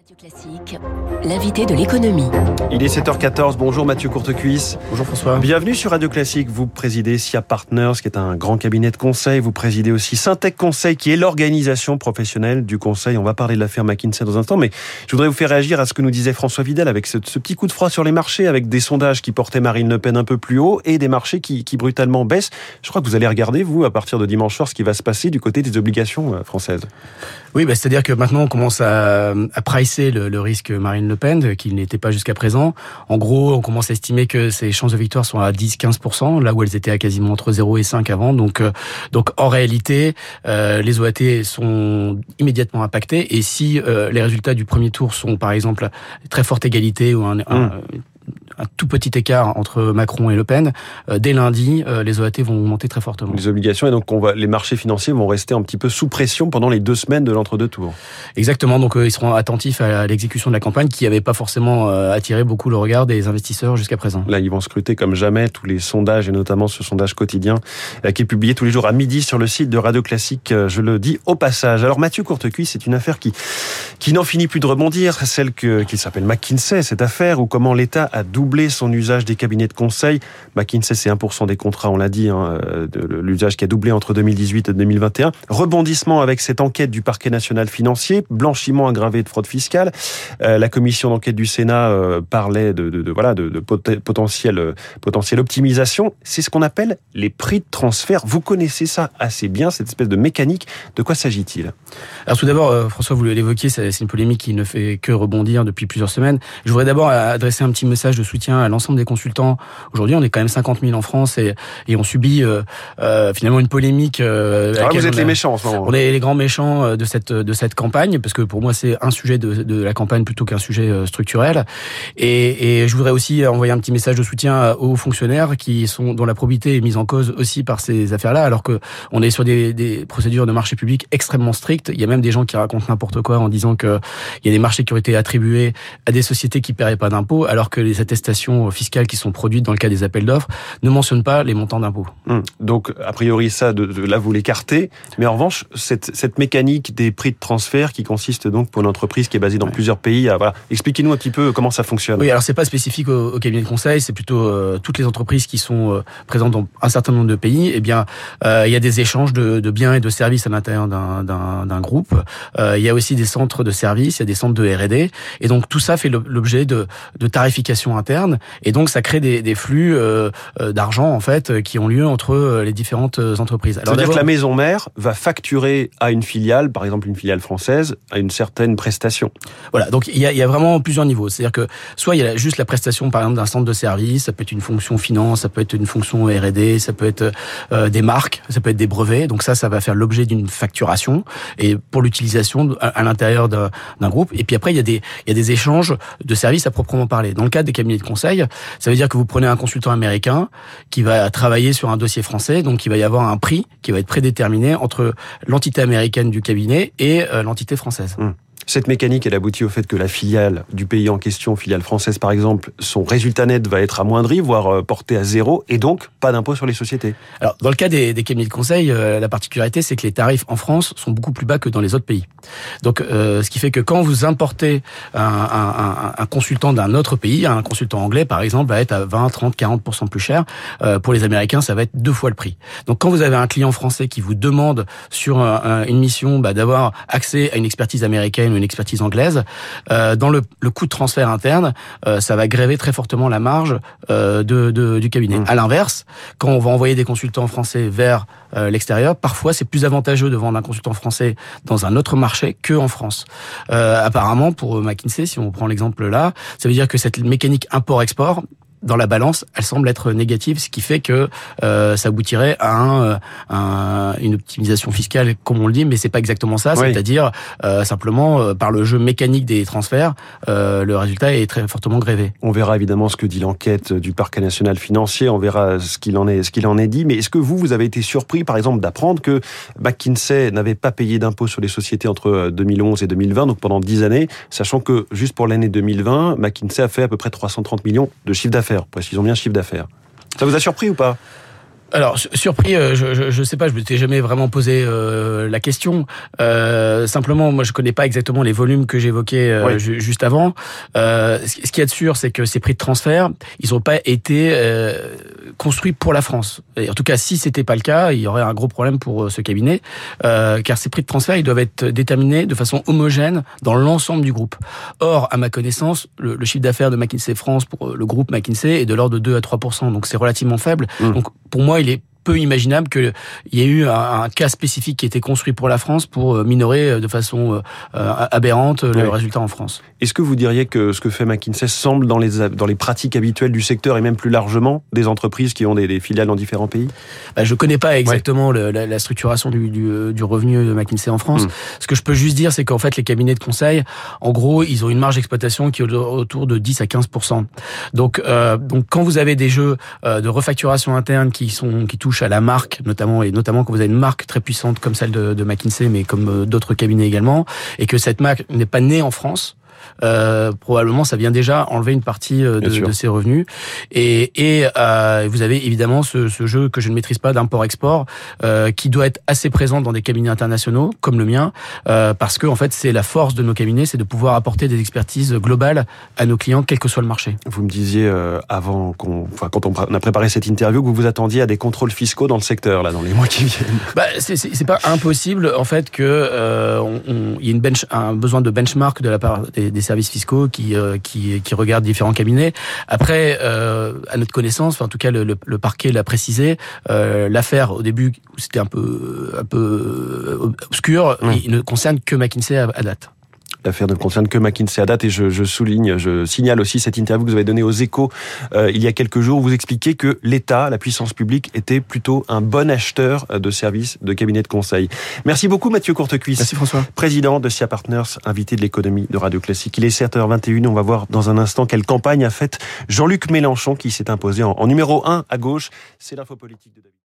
Radio Classique, l'invité de l'économie. Il est 7h14, bonjour Mathieu Courtecuisse. Bonjour François. Bienvenue sur Radio Classique, vous présidez SIA Partners, qui est un grand cabinet de conseil. Vous présidez aussi Syntec Conseil, qui est l'organisation professionnelle du conseil. On va parler de l'affaire McKinsey dans un instant, mais je voudrais vous faire réagir à ce que nous disait François Vidal avec ce petit coup de froid sur les marchés, avec des sondages qui portaient Marine Le Pen un peu plus haut et des marchés qui brutalement baissent. Je crois que vous allez regarder, vous, à partir de dimanche soir, ce qui va se passer du côté des obligations françaises. Oui, c'est-à-dire que maintenant on commence à pricer le risque Marine Le Pen, qui n'était pas jusqu'à présent. En gros, on commence à estimer que ses chances de victoire sont à 10-15%, là où elles étaient à quasiment entre 0 et 5 avant. Donc en réalité, les OAT sont immédiatement impactés. Et si les résultats du premier tour sont, par exemple, très forte égalité ou un tout petit écart entre Macron et Le Pen, dès lundi, les OAT vont augmenter très fortement. Les obligations, et donc les marchés financiers vont rester un petit peu sous pression pendant les 2 semaines de l'entre-deux tours. Exactement, donc ils seront attentifs à l'exécution de la campagne qui n'avait pas forcément attiré beaucoup le regard des investisseurs jusqu'à présent. Là, ils vont scruter comme jamais tous les sondages, et notamment ce sondage quotidien qui est publié tous les jours à midi sur le site de Radio Classique, je le dis au passage. Alors Mathieu Courtecuisse, c'est une affaire qui n'en finit plus de rebondir, celle qui s'appelle McKinsey, cette affaire où comment l'État a doublé son usage des cabinets de conseil. McKinsey, c'est 1% des contrats, on l'a dit, l'usage qui a doublé entre 2018 et 2021. Rebondissement avec cette enquête du parquet national financier, blanchiment aggravé de fraude fiscale. La commission d'enquête du Sénat parlait de potentielle optimisation. C'est ce qu'on appelle les prix de transfert. Vous connaissez ça assez bien, cette espèce de mécanique. De quoi s'agit-il ? Alors tout d'abord, François, vous l'évoquiez, c'est une polémique qui ne fait que rebondir depuis plusieurs semaines. Je voudrais d'abord adresser un petit message de soutien à l'ensemble des consultants. Aujourd'hui, on est quand même 50 000 en France et on subit finalement une polémique. Vous êtes les méchants en ce moment. On est les grands méchants de cette campagne, parce que pour moi, c'est un sujet de la campagne plutôt qu'un sujet structurel. Et je voudrais aussi envoyer un petit message de soutien aux fonctionnaires dont la probité est mise en cause aussi par ces affaires-là, alors que on est sur des procédures de marché public extrêmement strictes. Il y a même des gens qui racontent n'importe quoi en disant que il y a des marchés qui ont été attribués à des sociétés qui paieraient pas d'impôts, alors que les attestations fiscales qui sont produites dans le cas des appels d'offres ne mentionnent pas les montants d'impôts. Donc, a priori, ça, là, vous l'écartez. Mais en revanche, cette mécanique des prix de transfert qui consiste donc pour une entreprise qui est basée dans plusieurs pays, expliquez-nous un petit peu comment ça fonctionne. Oui, alors c'est pas spécifique au cabinet de conseil, c'est plutôt toutes les entreprises qui sont présentes dans un certain nombre de pays. Eh bien, il y a des échanges de biens et de services à l'intérieur d'un groupe. Il y a aussi des centres de services, il y a des centres de R&D. Et donc, tout ça fait l'objet de tarification interne, et donc ça crée des flux d'argent en fait qui ont lieu entre les différentes entreprises. Alors, ça veut dire que la maison mère va facturer à une filiale, par exemple une filiale française, à une certaine prestation. Voilà, donc il y a vraiment plusieurs niveaux. C'est-à-dire que soit il y a juste la prestation par exemple d'un centre de service, ça peut être une fonction finance, ça peut être une fonction R&D, ça peut être des marques, ça peut être des brevets. Donc ça va faire l'objet d'une facturation et pour l'utilisation à l'intérieur d'un groupe. Et puis après il y a des échanges de services à proprement parler. Dans le cadre des cabinets de conseil, ça veut dire que vous prenez un consultant américain qui va travailler sur un dossier français, donc il va y avoir un prix qui va être prédéterminé entre l'entité américaine du cabinet et l'entité française. Cette mécanique, elle aboutit au fait que la filiale du pays en question, filiale française par exemple, son résultat net va être amoindri, voire porté à 0, et donc pas d'impôt sur les sociétés. Alors, dans le cas des cabinets de conseil, la particularité, c'est que les tarifs en France sont beaucoup plus bas que dans les autres pays. Donc, ce qui fait que quand vous importez un consultant d'un autre pays, un consultant anglais par exemple, va être à 20, 30, 40% plus cher. Pour les Américains, ça va être 2 fois le prix. Donc, quand vous avez un client français qui vous demande sur une mission d'avoir accès à une expertise américaine, une expertise anglaise, dans le coût de transfert interne, ça va gréver très fortement la marge du cabinet. À l'inverse, quand on va envoyer des consultants français vers l'extérieur, parfois c'est plus avantageux de vendre un consultant français dans un autre marché que en France. Apparemment, pour McKinsey, si on prend l'exemple là, ça veut dire que cette mécanique import-export, dans la balance, elle semble être négative, ce qui fait que ça aboutirait à une optimisation fiscale, comme on le dit, mais c'est pas exactement ça. Oui. C'est-à-dire simplement par le jeu mécanique des transferts, le résultat est très fortement grévé. On verra évidemment ce que dit l'enquête du parquet national financier. On verra ce qu'il en est dit. Mais est-ce que vous avez été surpris, par exemple, d'apprendre que McKinsey n'avait pas payé d'impôt sur les sociétés entre 2011 et 2020, donc pendant 10 années, sachant que juste pour l'année 2020, McKinsey a fait à peu près 330 millions de chiffre d'affaires. Précisons bien chiffre d'affaires. Ça vous a surpris ou pas ? Alors, surpris, je sais pas, je m'étais jamais vraiment posé la question. Simplement, moi, je connais pas exactement les volumes que j'évoquais juste avant. Ce qu'il y a de sûr, c'est que ces prix de transfert, ils ont pas été construits pour la France. Et en tout cas, si c'était pas le cas, il y aurait un gros problème pour ce cabinet, car ces prix de transfert, ils doivent être déterminés de façon homogène dans l'ensemble du groupe. Or, à ma connaissance, le chiffre d'affaires de McKinsey France pour le groupe McKinsey est de l'ordre de 2 à 3%, donc c'est relativement faible. Donc, pour moi, il est peu imaginable qu'il y ait eu un cas spécifique qui a été construit pour la France pour minorer de façon aberrante le résultat en France. Est-ce que vous diriez que ce que fait McKinsey semble dans les pratiques habituelles du secteur et même plus largement des entreprises qui ont des filiales dans différents pays ? Je connais pas exactement la structuration du revenu de McKinsey en France. Ce que je peux juste dire, c'est qu'en fait, les cabinets de conseil, en gros, ils ont une marge d'exploitation qui est autour de 10 à 15%. Donc quand vous avez des jeux de refacturation interne qui touchent à la marque, notamment quand vous avez une marque très puissante comme celle de McKinsey, mais comme d'autres cabinets également, et que cette marque n'est pas née en France, probablement ça vient déjà enlever une partie de ses revenus et vous avez évidemment ce jeu que je ne maîtrise pas d'import-export qui doit être assez présent dans des cabinets internationaux comme le mien parce que en fait c'est la force de nos cabinets, c'est de pouvoir apporter des expertises globales à nos clients quel que soit le marché. Vous me disiez quand on a préparé cette interview que vous vous attendiez à des contrôles fiscaux dans le secteur là dans les mois qui viennent. C'est pas impossible en fait que il y ait un besoin de benchmark de la part des services fiscaux qui regardent différents cabinets. Après, à notre connaissance, en tout cas le parquet l'a précisé, l'affaire au début c'était un peu obscur, il ne concerne que McKinsey à date. L'affaire ne concerne que McKinsey à date et je signale aussi cette interview que vous avez donnée aux Échos il y a quelques jours où vous expliquez que l'État, la puissance publique, était plutôt un bon acheteur de services de cabinets de conseil. Merci beaucoup Mathieu Courtecuisse. Merci François. Président de SIA Partners, invité de l'économie de Radio Classique. Il est 7h21, on va voir dans un instant quelle campagne a faite Jean-Luc Mélenchon qui s'est imposé en numéro 1 à gauche. C'est l'info politique de David.